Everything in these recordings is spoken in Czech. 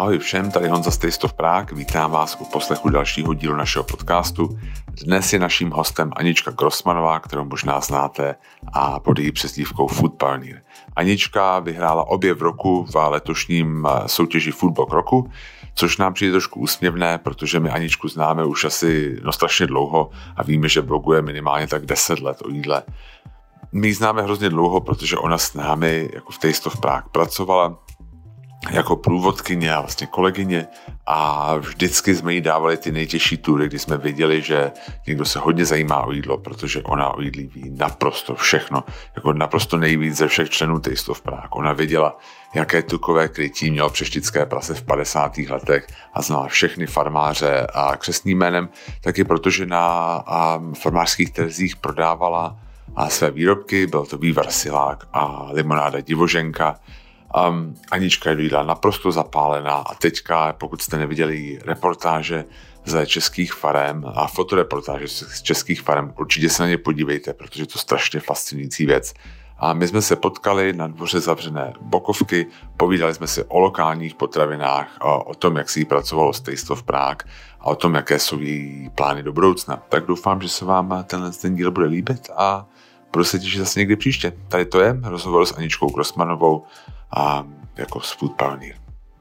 Ahoj všem, tady Honza z Taste of Prague, vítám vás u poslechu dalšího dílu našeho podcastu. Dnes je naším hostem Anička Grossmanová, kterou možná znáte a pod její přezdívkou Food Pioneer. Anička vyhrála objev roku v letošním soutěži Foodblog roku, což nám přijde trošku úsměvné, protože my Aničku známe už asi strašně dlouho a víme, že bloguje minimálně tak 10 let o jídle. My ji známe hrozně dlouho, protože ona s námi jako v Taste of Prague pracovala jako průvodkyně a vlastně kolegyně a vždycky jsme jí dávali ty nejtěžší tury, kdy jsme věděli, že někdo se hodně zajímá o jídlo, protože ona o jídlí ví naprosto všechno, jako naprosto nejvíc ze všech členů Taste of Prague. Ona věděla, jaké tukové krytí mělo přeštické prase v 50. letech a znala všechny farmáře a křestným jménem, taky protože na farmářských trzích prodávala své výrobky, byl to vývar Silák a limonáda Divoženka. Anička je do jídla naprosto zapálená a teďka, pokud jste neviděli reportáže ze českých farem a fotoreportáže z českých farem, určitě se na ně podívejte, protože je to strašně fascinující věc. A my jsme se potkali na dvoře zavřené Bokovky, povídali jsme si o lokálních potravinách, o tom, jak si jí pracovalo s Taste of Prague a o tom, jaké jsou její plány do budoucna. Tak doufám, že se vám ten díl bude líbit a budu se těšit zase někdy příště. Tady to je rozhovor s Aničkou Grossmanovou a jako z Food Pioneer.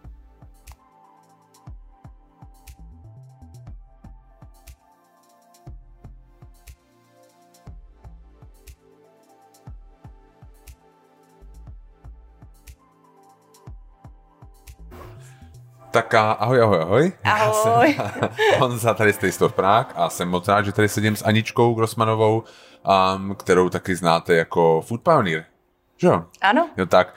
Tak ahoj. Ahoj. Já jsem Honza tady z Taste of Prague a jsem moc rád, že tady sedím s Aničkou Grossmanovou, kterou taky znáte jako Food Pioneer. Že jo? Ano. Jo, tak.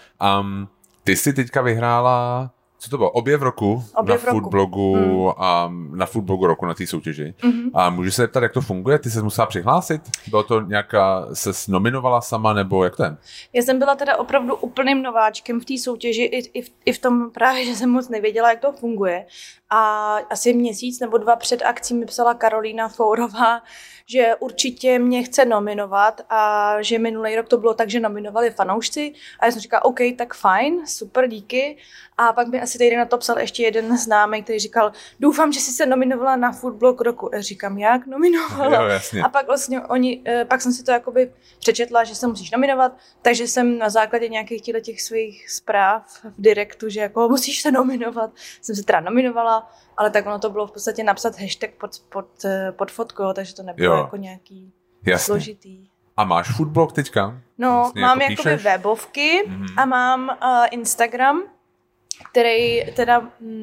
Ty jsi teďka vyhrála, co to bylo? Objev roku na Foodblogu na Foodblogu roku na té soutěži. Mm-hmm. A můžu se zeptat, jak to funguje? Ty se musela přihlásit? Bylo to nějaká, ses nominovala sama, nebo jak to je? Já jsem byla teda opravdu úplným nováčkem v té soutěži i v tom právě, že jsem moc nevěděla, jak to funguje. A asi měsíc nebo 2 před akcí mi psala Karolína Fourová, že určitě mě chce nominovat a že minulý rok to bylo tak, že nominovali fanoušci a já jsem říkala, OK, tak fajn, super, díky. A pak mi asi týden na to psal ještě jeden známý, který říkal, doufám, že jsi se nominovala na Foodblog roku. Já říkám, jak nominovala? Jo, jasně. A pak vlastně pak jsem si to jakoby přečetla, že se musíš nominovat, takže jsem na základě nějakých těch svých zpráv v direktu, že jako musíš se nominovat, jsem se teda nominovala, ale tak ono to bylo v podstatě napsat hashtag pod fotkou, takže to nebylo jako nějaký složitý. A máš Foodblog teďka? No, vlastně mám jakoby webovky a mám Instagram, který teda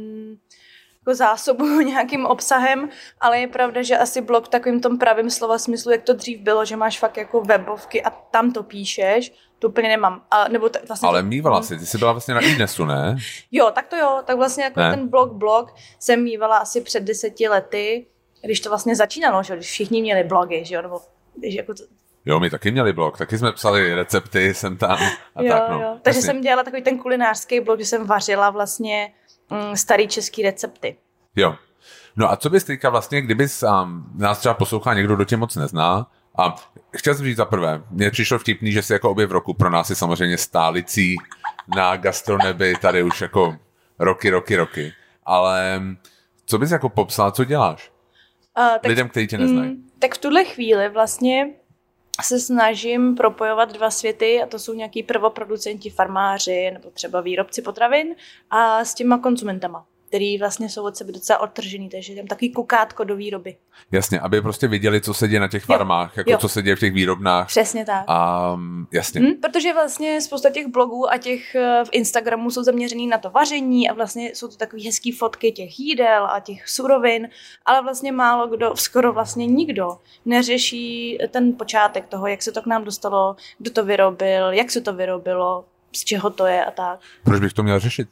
jako zásobuju nějakým obsahem, ale je pravda, že asi blog v takovým tom pravým slova smyslu, jak to dřív bylo, že máš fakt jako webovky a tam to píšeš, to úplně nemám. Vlastně ale mývala jsi, ty jsi byla vlastně na iDnesu, ne? Jo, tak vlastně jako ten blog jsem mývala asi před 10 lety, když to vlastně začínalo, že když všichni měli blogy, že jo, nebo když jako to. Jo, my taky měli blog, taky jsme psali recepty sem tam a jo, tak, no. Jo. Takže jsem dělala takový ten kulinářský blog, že jsem vařila vlastně starý český recepty. Jo. No a co bys teďka vlastně, kdybys nás třeba poslouchá někdo, kdo tě moc nezná, a chtěl jsem říct za prvé, mně přišlo vtipný, že jsi jako objev roku pro nás je samozřejmě stálicí na gastronebi tady už jako roky, ale co bys jako popsala, co děláš? Lidem, kteří tě neznají. Tak v tuhle chvíli vlastně se snažím propojovat 2 světy a to jsou nějaký prvoproducenti, farmáři nebo třeba výrobci potravin a s těma konzumentama, který vlastně jsou od sebe docela odtržený, takže tam takový kukátko do výroby. Jasně, aby prostě viděli, co se děje na těch farmách, co se děje v těch výrobnách. Přesně tak. Jasně. Protože vlastně spousta těch blogů a těch v Instagramu jsou zaměřený na to vaření a vlastně jsou to takový hezký fotky těch jídel a těch surovin, ale vlastně málo kdo, skoro vlastně nikdo neřeší ten počátek toho, jak se to k nám dostalo, kdo to vyrobil, jak se to vyrobilo, z čeho to je a tak. Proč bych to měl řešit?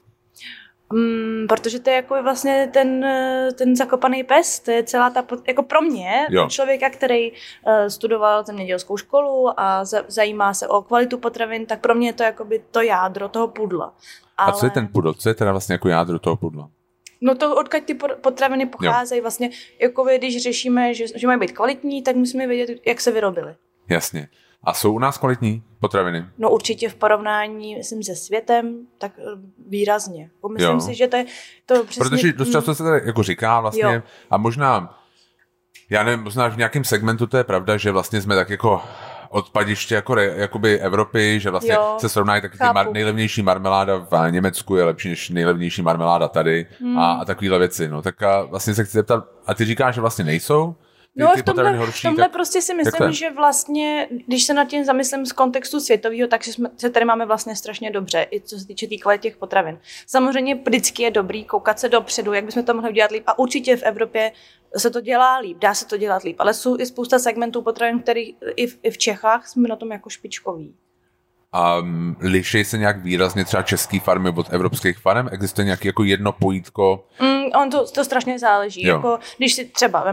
Protože to je jako vlastně ten zakopaný pes, to je celá ta, jako pro mě, člověka, který studoval zemědělskou školu a zajímá se o kvalitu potravin, tak pro mě je to jakoby to jádro toho pudla. A co je ten pudl? Co je teda vlastně jako jádro toho pudla? No to, odkud ty potraviny pocházejí, vlastně, jako když řešíme, že mají být kvalitní, tak musíme vědět, jak se vyrobily. Jasně. A jsou u nás kvalitní potraviny? No určitě v porovnání, myslím, se světem, tak výrazně. Myslím si, že to je to přesně... Protože dost často se tady jako říká vlastně, a možná, já nevím, možná v nějakém segmentu to je pravda, že vlastně jsme tak jako odpadiště jako jakoby Evropy, že vlastně se srovnají taky nejlevnější marmeláda v Německu je lepší než nejlevnější marmeláda tady a takovýhle věci. No tak a vlastně se chci zeptat, a ty říkáš, že vlastně nejsou? V tomhle prostě si myslím, že vlastně, když se nad tím zamyslím z kontextu světového, tak se tady máme vlastně strašně dobře, i co se týče té kvality těch potravin. Samozřejmě vždycky je dobrý koukat se dopředu, jak bychom to mohli udělat líp a určitě v Evropě se to dělá líp, dá se to dělat líp, ale jsou i spousta segmentů potravin, kterých i v Čechách jsme na tom jako špičkoví. A liší se nějak výrazně třeba český farmy od evropských farem? Existuje nějaký jako jedno pojítko? To strašně záleží. Jako, když si třeba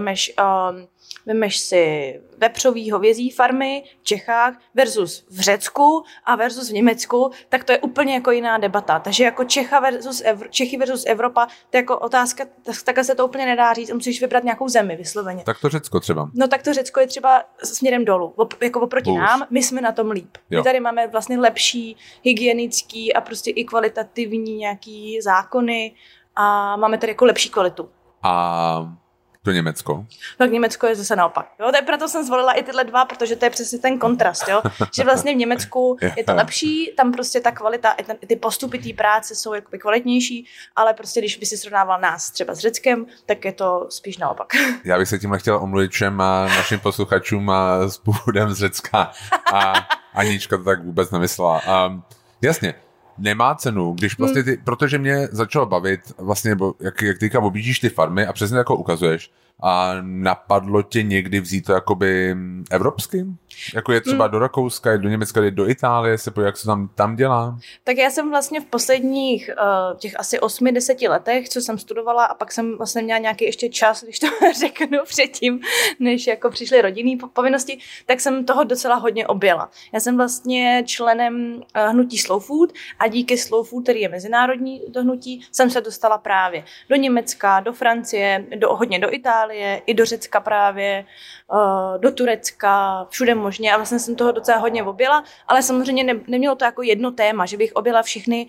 vemeš si vepřový hovězí farmy v Čechách versus v Řecku a versus v Německu, tak to je úplně jako jiná debata. Takže jako Čechy versus Evropa, to je jako otázka, takhle se to úplně nedá říct, musíš vybrat nějakou zemi vysloveně. Tak to Řecko třeba. No tak to Řecko je třeba směrem dolů, jako oproti nám, my jsme na tom líp. My tady máme vlastně lepší hygienický a prostě i kvalitativní nějaký zákony a máme tady jako lepší kvalitu. A to Německo? Tak Německo je zase naopak. Jo? Proto jsem zvolila i tyhle dva, protože to je přesně ten kontrast. Jo? Že vlastně v Německu je to lepší, tam prostě ta kvalita, ty postupy té práce jsou jakoby kvalitnější, ale prostě když by si srovnával nás třeba s Řeckem, tak je to spíš naopak. Já bych se tímhle chtěla omluvit všem našim posluchačům s původem z Řecka a Anička to tak vůbec nemyslela. Jasně. Nemá cenu, když vlastně protože mě začalo bavit vlastně, jak teďka objíždíš ty farmy a přesně jako ukazuješ a napadlo tě někdy vzít to jakoby evropsky? Jako je třeba do Rakouska, do Německa, do Itálie, se jak se tam dělá? Tak já jsem vlastně v posledních těch asi 8-10 letech, co jsem studovala a pak jsem vlastně měla nějaký ještě čas, když to řeknu předtím, než jako přišly rodinné povinnosti, tak jsem toho docela hodně objela. Já jsem vlastně členem hnutí Slow Food a díky Slow Food, který je mezinárodní to hnutí, jsem se dostala právě do Německa, do Francie, hodně do Itálie, i do Řecka právě, do Turecka, všude možně a vlastně jsem toho docela hodně objela, ale samozřejmě nemělo to jako jedno téma, že bych objela všechny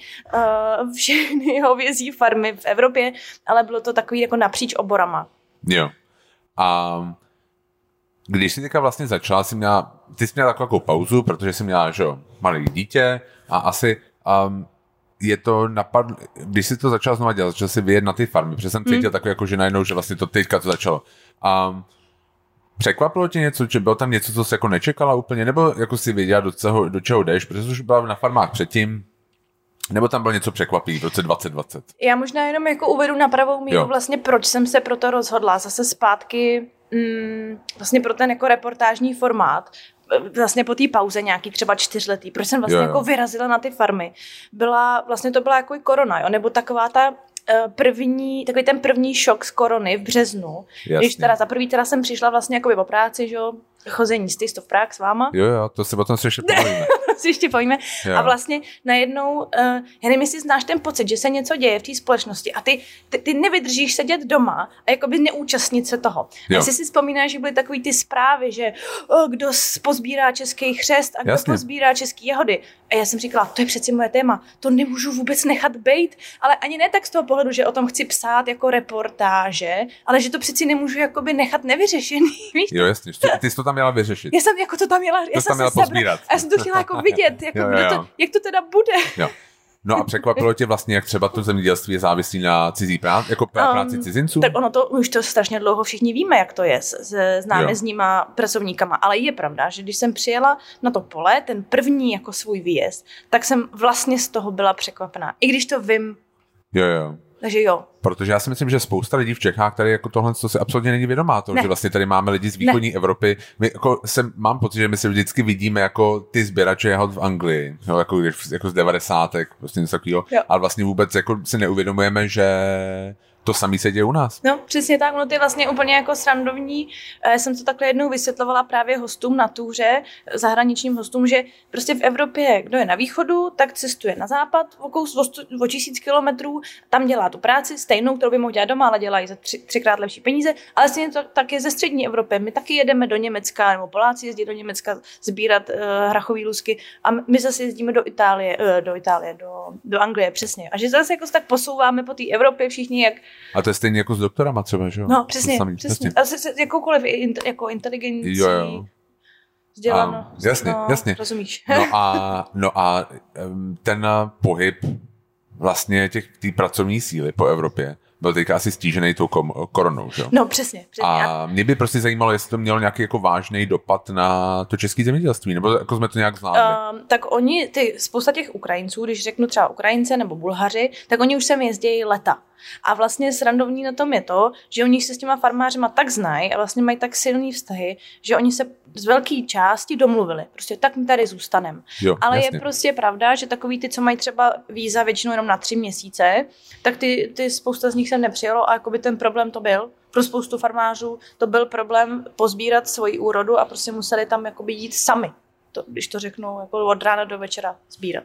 hovězí farmy v Evropě, ale bylo to takový jako napříč oborama. Jo. A když jsi teďka vlastně začala, ty jsi měla takovou pauzu, protože jsi měla, že jo, malé dítě a asi je to napadlo, když jsi to začala znovu dělat, začal si vyjet na ty farmy, protože jsem cítil takový jako, že najednou, že vlastně to teďka to začalo. Překvapilo tě něco, že bylo tam něco, co jsi jako nečekala úplně, nebo jako si věděla, do čeho jdeš, protože jsi už byla na farmách předtím, nebo tam bylo něco překvapivý v roce 2020? Já možná jenom jako uvedu na pravou míru vlastně, proč jsem se pro to rozhodla. Zase zpátky vlastně pro ten jako reportážní formát, vlastně po té pauze nějaký třeba 4letý, proč jsem vlastně jako vyrazila na ty farmy. To byla jako i korona, jo, nebo taková ta takový ten první šok z korony v březnu. Jasně. Když za první jsem přišla vlastně jakoby po práci, že jo, chození z Taste of Prague s váma. Jo, to se potom ještě povíme. ještě povíme. A vlastně najednou, já nevím, jestli znáš ten pocit, že se něco děje v té společnosti a ty nevydržíš sedět doma a jakoby neúčastnit se toho. A jestli si vzpomínáš, že byly takový ty zprávy, že kdo pozbírá český chřest a kdo pozbírá český jahody. A já jsem říkala, to je přeci moje téma, to nemůžu vůbec nechat bejt, ale ani ne tak z toho pohledu, že o tom chci psát jako reportáže, ale že to přeci nemůžu jakoby nechat nevyřešený. Víš? Jo, jasně, ty jsi to tam měla vyřešit. Já jsem jako to tam měla, pozbírat. A já jsem to chtěla jako vidět, jako jak to teda bude. Jo. No a překvapilo tě vlastně, jak třeba to zemědělství je závislý na cizí práci, jako práci cizinců? Tak už to strašně dlouho všichni víme, jak to je s námezdníma pracovníkama, ale je pravda, že když jsem přijela na to pole, ten první jako svůj výjezd, tak jsem vlastně z toho byla překvapená. I když to vím. Jo. Takže jo. Protože já si myslím, že spousta lidí v Čechách tady jako tohle si absolutně není vědomá toho, že vlastně tady máme lidi z východní Evropy. Mám pocit, že my se vždycky vidíme jako ty sběrače jahod v Anglii, jako z 90. prostě něco takového, ale vlastně vůbec jako si neuvědomujeme, že To samé se děje u nás. No, přesně tak, no to je vlastně úplně jako srandovní. Já jsem to takhle jednou vysvětlovala právě hostům na túře, zahraničním hostům, že prostě v Evropě, kdo je na východu, tak cestuje na západ o 1000 kilometrů, tam dělá tu práci stejnou, kterou by mohl dělat doma, ale dělají za třikrát lepší peníze, ale stejně to tak je ze střední Evropy. My taky jedeme do Německa, nebo Poláci jezdí do Německa sbírat hrachový lusky a my zase jezdíme do Itálie, do Anglie, přesně. A že zase jako tak posouváme po té Evropě všichni, jak. A to je stejně jako s doktorama třeba, že jo? No, přesně. A s jakoukoliv jako inteligencí, vzdělano. Jasně. Rozumíš. No a ten pohyb vlastně té pracovní síly po Evropě byl teďka asi stížený tou koronou, že jo? No, přesně. A mě by prostě zajímalo, jestli to mělo nějaký jako vážný dopad na to české zemědělství, nebo jako jsme to nějak zvládli. Tak spousta těch Ukrajinců, když řeknu třeba Ukrajince nebo Bulhaři, tak oni už sem jezdí leta. A vlastně srandovní na tom je to, že oni se s těma farmářima tak znají a vlastně mají tak silný vztahy, že oni se z velké části domluvili. Prostě tak my tady zůstaneme. Ale jasně. Je prostě pravda, že takový ty, co mají třeba víza většinou jenom na 3 měsíce, tak ty spousta z nich se nepřijelo a jakoby ten problém to byl. Pro spoustu farmářů to byl problém pozbírat svoji úrodu a prostě museli tam jakoby jít sami. Když to řeknu, jako od rána do večera sbírat.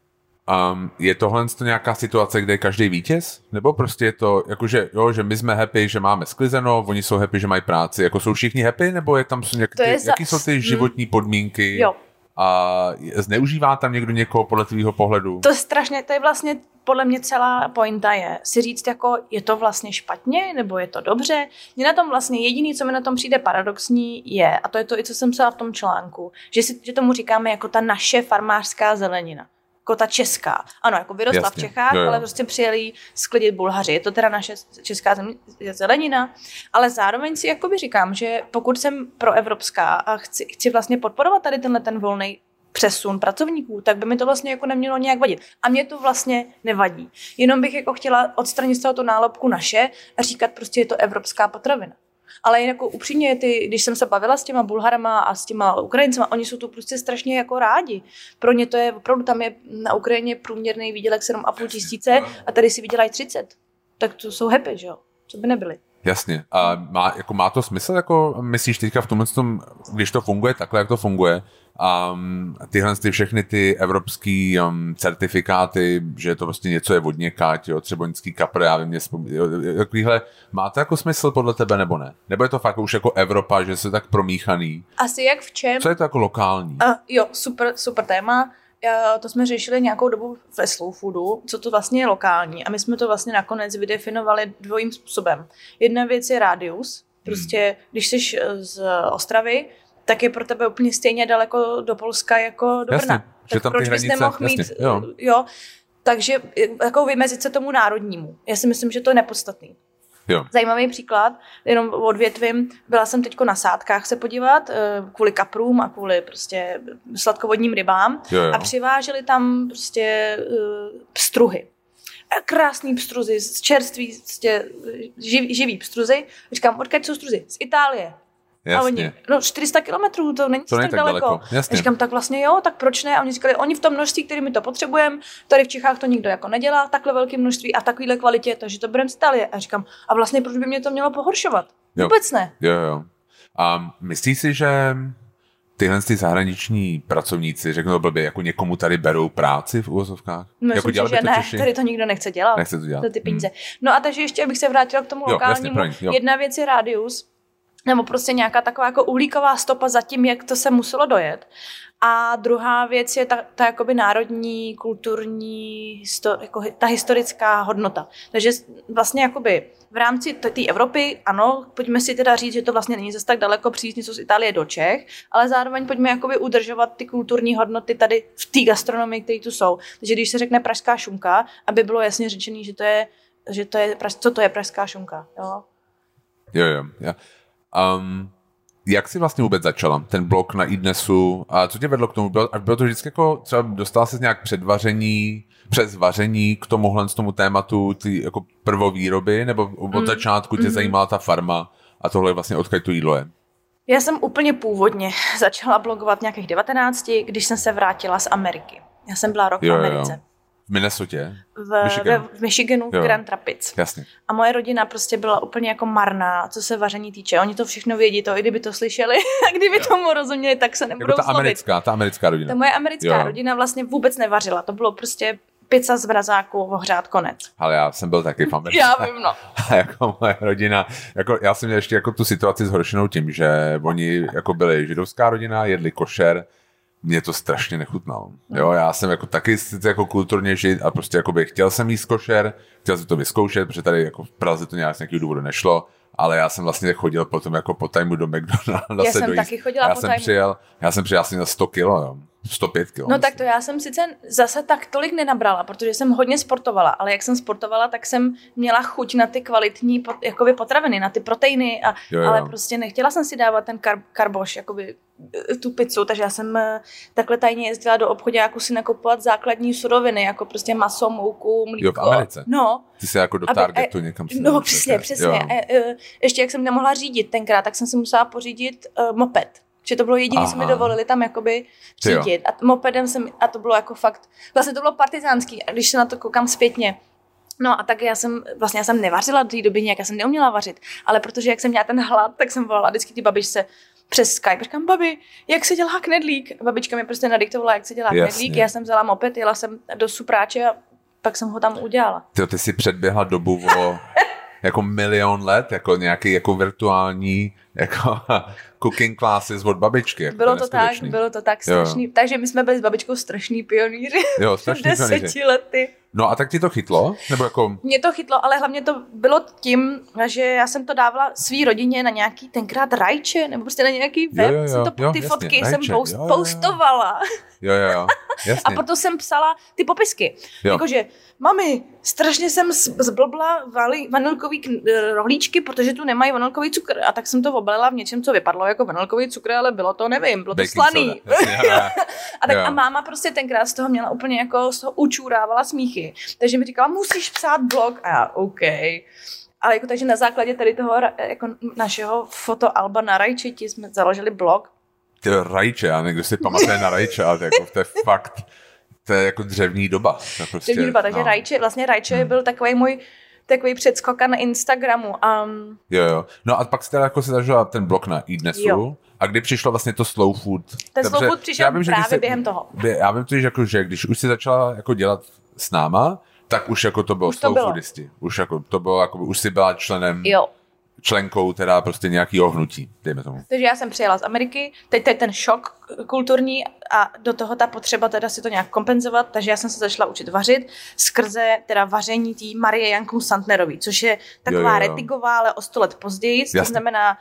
Je tohle nějaká situace, kde je každý vítěz? Nebo prostě je to, jakože, že my jsme happy, že máme sklizeno, oni jsou happy, že mají práci. Jako jsou všichni happy, nebo je tam jaký jsou ty životní podmínky? Jo. A zneužívá tam někdo někoho podle tvýho pohledu? To je vlastně podle mě celá pointa je si říct, jako je to vlastně špatně, nebo je to dobře. Mně na tom vlastně jediný, co mi na tom přijde paradoxní je, a to je to i co jsem psala v tom článku, že tomu říkáme jako ta naše farmářská zelenina. Jako ta česká. Ano, jako vyrostla v Čechách, ale prostě přijeli sklidit Bulhaři. Je to teda naše česká zelenina, ale zároveň si jakoby říkám, že pokud jsem proevropská a chci vlastně podporovat tady ten volný přesun pracovníků, tak by mi to vlastně jako nemělo nějak vadit. A mě to vlastně nevadí. Jenom bych jako chtěla odstranit z tohoto nálepku naše a říkat prostě je to evropská potravina. Ale jako upřímně, když jsem se bavila s těma Bulharama a s těma Ukrajincema, oni jsou tu prostě strašně jako rádi. Pro ně to je opravdu, tam je na Ukrajině průměrný výdělek 7,5 tisíce a tady si vydělají 30. Tak to jsou happy, že jo? Co by nebyli. Jasně. A má to smysl, jako myslíš teďka v tomhle tom, když to funguje takhle, jak to funguje, tyhle všechny ty evropský certifikáty, že to prostě něco je vodněkať, jo, Třeboňský kapr, já vím, takovýhle, má to jako smysl podle tebe nebo ne? Nebo je to fakt už jako Evropa, že je tak promíchaný? Asi jak v čem? Co je to jako lokální? Jo, super téma. To jsme řešili nějakou dobu ve Slow Foodu, co to vlastně je lokální. A my jsme to vlastně nakonec vydefinovali dvojím způsobem. Jedna věc je rádius. Prostě, když jsi z Ostravy, tak je pro tebe úplně stejně daleko do Polska jako do Brna. Jasně, tak proč bys nemohl mít... Jo. Takže jako vymezit se tomu národnímu. Já si myslím, že to je nepodstatný. Jo. Zajímavý příklad, jenom odvětvím, byla jsem teďko na sádkách se podívat kvůli kaprům a kvůli prostě sladkovodním rybám a přiváželi tam prostě pstruhy. Krásný pstruzy, z čerství, prostě živý pstruzy. Říkám, odkud jsou pstruzy? Z Itálie. Jasně. A oni, 400 kilometrů, to není tak daleko. Říkám, tak vlastně jo, tak proč ne? A oni říkali, oni v tom množství, který my to potřebujeme, tady v Čechách to nikdo jako nedělá, takhle velké množství a takovýhle kvalitě, takže to bereme z Itálie. A říkám, a vlastně proč by mě to mělo pohoršovat? Vůbec ne. Jo. A myslíš si, že tyhle zahraniční pracovníci, řeknu to blbě, jako někomu tady berou práci v uvozovkách? Myslím jako si, že ne, Češi? Tady to nikdo nechce dělat. Nechce to dělat. Za ty peníze. No a takže ještě, abych se vrátila k tomu lokálnímu. Jedna věc je rádius, nebo prostě nějaká taková jako uhlíková stopa za tím, jak to se muselo dojet. A druhá věc je ta jakoby národní, kulturní, jako ta historická hodnota. Takže vlastně jakoby v rámci té Evropy, ano, pojďme si teda říct, že to vlastně není zase tak daleko přijít něco z Itálie do Čech, ale zároveň pojďme jakoby udržovat ty kulturní hodnoty tady v té gastronomii, které tu jsou. Takže když se řekne pražská šunka, aby bylo jasně řečený, co to je pražská šunka. Jo. Jak jsi vlastně vůbec začala ten blog na iDnesu a co tě vedlo k tomu? Bylo to vždycky jako třeba dostala ses nějak přes vaření k tomu tématu ty jako prvovýroby, nebo od začátku tě zajímala ta farma a tohle vlastně odkud to jídlo je? Já jsem úplně původně začala blogovat v nějakých 19, když jsem se vrátila z Ameriky. Já jsem byla rok v Americe. V Minnesotě? V Michiganu, v Grand Rapids. Jasně. A moje rodina prostě byla úplně jako marná, co se vaření týče. Oni to všechno vědí, to i kdyby to slyšeli, a kdyby tomu rozuměli, tak se nebudou jako slovit. Ta americká rodina. Ta moje americká rodina vlastně vůbec nevařila. To bylo prostě pizza z mrazáku, ohřát, konec. Ale já jsem byl taky v Americe. Já vím, no. A jako moje rodina, jako já jsem měl ještě jako tu situaci zhoršenou tím, že oni jako byli židovská rodina, jedli košer, mě to strašně nechutnalo. Jo, já jsem jako taky jako kulturně žid a prostě jako chtěl jsem jíst košer, chtěl jsem to vyzkoušet, protože tady jako v Praze to nějak z nějakého důvodu nešlo, ale já jsem vlastně chodil potom jako po tajmu do McDonalda. Já jsem taky chodila po tajmu. Já jsem přijel asi na 100 kilo, jo. 105 kilo. No tak to já jsem sice zase tak tolik nenabrala, protože jsem hodně sportovala, ale jak jsem sportovala, tak jsem měla chuť na ty kvalitní jakoby potraviny, na ty proteiny, ale prostě nechtěla jsem si dávat ten karboš, jakoby tu pizzu, takže já jsem takhle tajně jezdila do obchoďáku si nakupovat základní suroviny, jako prostě maso, mouku, mlíko. Jo, v Americe? No. Ty jsi jako do Targetu někam si no, přesně. Ještě jak jsem nemohla řídit tenkrát, tak jsem si musela pořídit moped. Že to bylo jediné, co mi dovolili tam jakoby řídit. A mopedem a to bylo jako fakt, vlastně to bylo partizánský, a když se na to koukám zpětně. No a tak já jsem nevařila do té doby nějak, já jsem neuměla vařit, ale protože jak jsem měla ten hlad, tak jsem volala vždycky ty babičce přes Skype. Říkám, babi, jak se dělá knedlík? Babička mi prostě nadiktovala, jak se dělá knedlík. Já jsem vzala moped, jela jsem do supráče a pak jsem ho tam udělala. Ty jsi předběhla dobu o jako 1 000 000 let, jako nějaký jako virtuální jako cooking classes od babičky. Jako bylo to tak strašný. Jo. Takže my jsme byli s babičkou strašní pionýři. Jo, strašný 10 lety. No a tak ti to chytlo? Nebo jako... Mě to chytlo, ale hlavně to bylo tím, že já jsem to dávala svý rodině na nějaký tenkrát rajče, nebo prostě na nějaký web. Ty fotky jsem postovala. Jo, jasně. A potom jsem psala ty popisky. Jakože, mami, strašně jsem zblbla vanilkový rohlíčky, protože tu nemají vanilkový cukr. A tak jsem to obalila v něčem, co vypadlo jako vanilkový cukr, ale bylo to, nevím, bylo to slaný. A máma prostě tenkrát z toho měla úplně jako, z toho učůrávala smíchy. Takže mi říkala, musíš psát blog. A já, OK. Ale jako takže na základě tady toho jako našeho fotoalba na rajčeti jsme založili blog. Ty rajče, já někdo si pamatuje na rajče, ale to je fakt, to je jako dřevní doba. Prostě, dřevní doba, takže rajče byl takový předskoka na Instagramu. Jo. No a pak jste jako si zažila ten blog na iDnesu. Jo. A kdy přišlo vlastně to slow food? Slow food přišel právě během toho. Já vím totiž, jako, že když už si začala jako dělat s náma, tak už jako to bylo slow foodisti. Už jako to bylo, jako už si byla členkou teda prostě nějakého hnutí, dejme tomu. Takže já jsem přijela z Ameriky, teď ten šok kulturní a do toho ta potřeba teda si to nějak kompenzovat, takže já jsem se začala učit vařit skrze teda vaření té Marie Janku Santnerový, což je taková Rettigová, ale o 100 let později, to znamená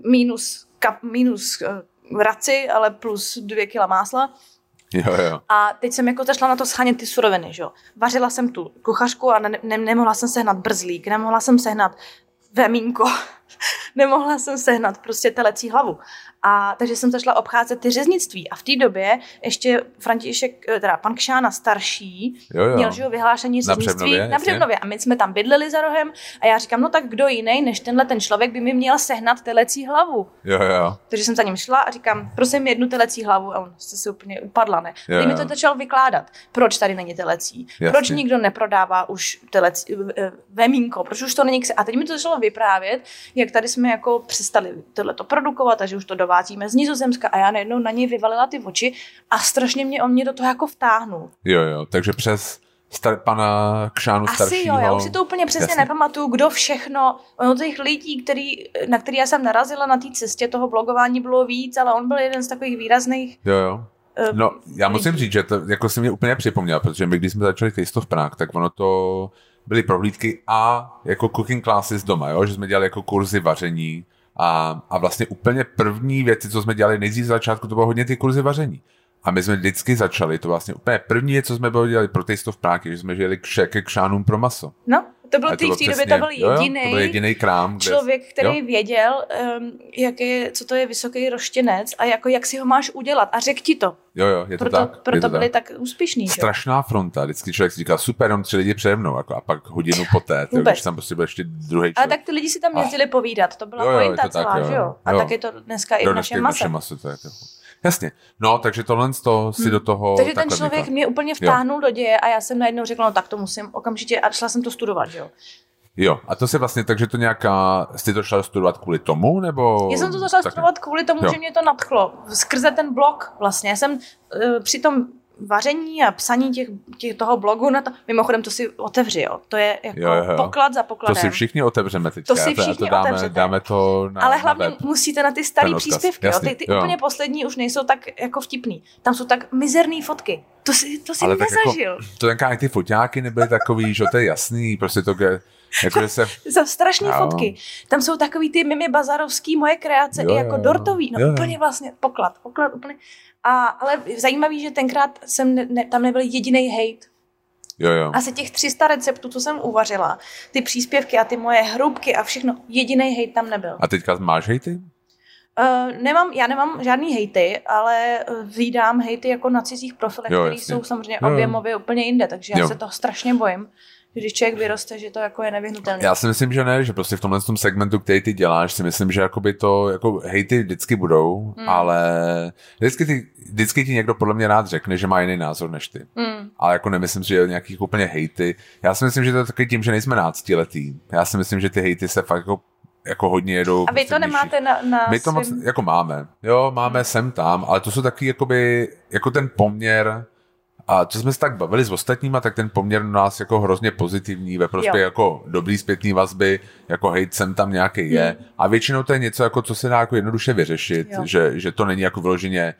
minus raci, ale plus 2 kila másla. Jo. A teď jsem jako zašla na to shánět ty suroviny, že jo. Vařila jsem tu kuchařku a nemohla jsem sehnat brzlík, nemohla jsem sehnat vemínko, nemohla jsem sehnat prostě telecí hlavu. A takže jsem začala obcházet ty řeznictví. A v té době ještě František, teda pan Kšána starší, měl vyhlášení řeznictví na Břevnově. A my jsme tam bydleli za rohem a já říkám, no tak kdo jiný než ten člověk by mi měl sehnat telecí hlavu. Jo. Takže jsem za ním šla a říkám, prosím 1 telecí hlavu a on se úplně upadla, ne. A mi to začal vykládat, proč tady není telecí, proč nikdo neprodává už telecí, vemínko, proč už to není. A teď mi to začalo vyprávět, jak tady jsme jako přestali tohleto produkovat a že už to dovázíme z Nizozemska a já najednou na něj vyvalila ty oči a strašně on mě do toho jako vtáhnul. Jo, takže přes pana Kšánu staršího. Asi já už si to úplně přesně nepamatuju, kdo všechno, těch lidí, na který já jsem narazila na té cestě toho blogování bylo víc, ale on byl jeden z takových výrazných. Jo. No, já musím říct, že to jako si mě úplně připomněl, protože my, když jsme začali Taste of Prague, tak ono to byly prohlídky a jako cooking classes doma, jo? Že jsme dělali jako kurzy vaření a vlastně úplně první věci, co jsme dělali nejdřív z začátku, to bylo hodně ty kurzy vaření. A my jsme vždycky začali, to vlastně úplně první věc, co jsme dělali pro Taste of Prague, že jsme žili ke Kšánům pro maso. No, to byl v té době, to byl jediný krám. Člověk, který věděl, co to je vysoký roštěnec a jako jak si ho máš udělat a řekl ti to. Jo, je to tak. Proto byli tak úspěšní. Strašná fronta. Vždycky člověk si říkal, super, jenom 3 lidi přede mnou, jako, a pak hodinu poté, když tam prostě byl ještě druhý člověk. Ale tak ty lidi si tam jezdili povídat, to byla pointa celá, že jo? A tak je to dneska i v našem mase. To je to. Jasně. No, takže tohle si do toho... Takže ten člověk mě úplně vtáhnul do děje a já jsem najednou řekla, no tak to musím okamžitě a šla jsem to studovat, že jo? Jo, a to se vlastně, takže to jsi to šla studovat kvůli tomu, nebo... Já jsem to šla studovat kvůli tomu, že mě to nadchlo. Skrze ten blog vlastně. Já jsem při tom vaření a psaní toho blogu na to, mimochodem to si otevři, jo. To je jako poklad za pokladem. To si všichni otevřeme teďka. To si všichni otevřete. Dáme to na ale hlavně web. Musíte na ty staré příspěvky, jo. Ty úplně poslední už nejsou tak jako vtipný. Tam jsou tak mizerný fotky. To si nezažil. Jako, to tenkrát i ty foťáky nebyly takový, že to je jasný, prostě to jako za strašný fotky. Tam jsou takový ty Mimi Bazarovský moje kreace, i jako dortový, úplně vlastně poklad úplně. Ale zajímavý, že tenkrát tam nebyl jedinej hejt. Jo. Asi těch 300 receptů, co jsem uvařila, ty příspěvky a ty moje hrubky a všechno, jedinej hejt tam nebyl. A teďka máš hejty? Já nemám žádný hejty, ale vídám hejty jako na cizích profilech, které jsou samozřejmě objemově úplně jinde, takže já se toho strašně bojím. Když člověk vyroste, že to jako je nevyhnutelné. Já si myslím, že ne, že prostě v tomhle segmentu, který ty děláš, si myslím, že jakoby to, jako hejty vždycky budou, ale vždycky ti někdo podle mě rád řekne, že má jiný názor než ty. Ale jako nemyslím si, že je nějaký úplně hejty. Já si myslím, že to je taky tím, že nejsme náctiletí. Já si myslím, že ty hejty se fakt jako hodně jedou. A vy to nemáte na my to moc jako máme. Jo, máme sem tam, ale to jsou taky jakoby, jako ten poměr. A co jsme se tak bavili s ostatníma, tak ten poměr u nás jako hrozně pozitivní, ve prospěch jako dobrý zpětný vazby, jako hejt sem tam nějaký je. A většinou to je něco, jako, co se dá jako jednoduše vyřešit, že to není jako vyloženě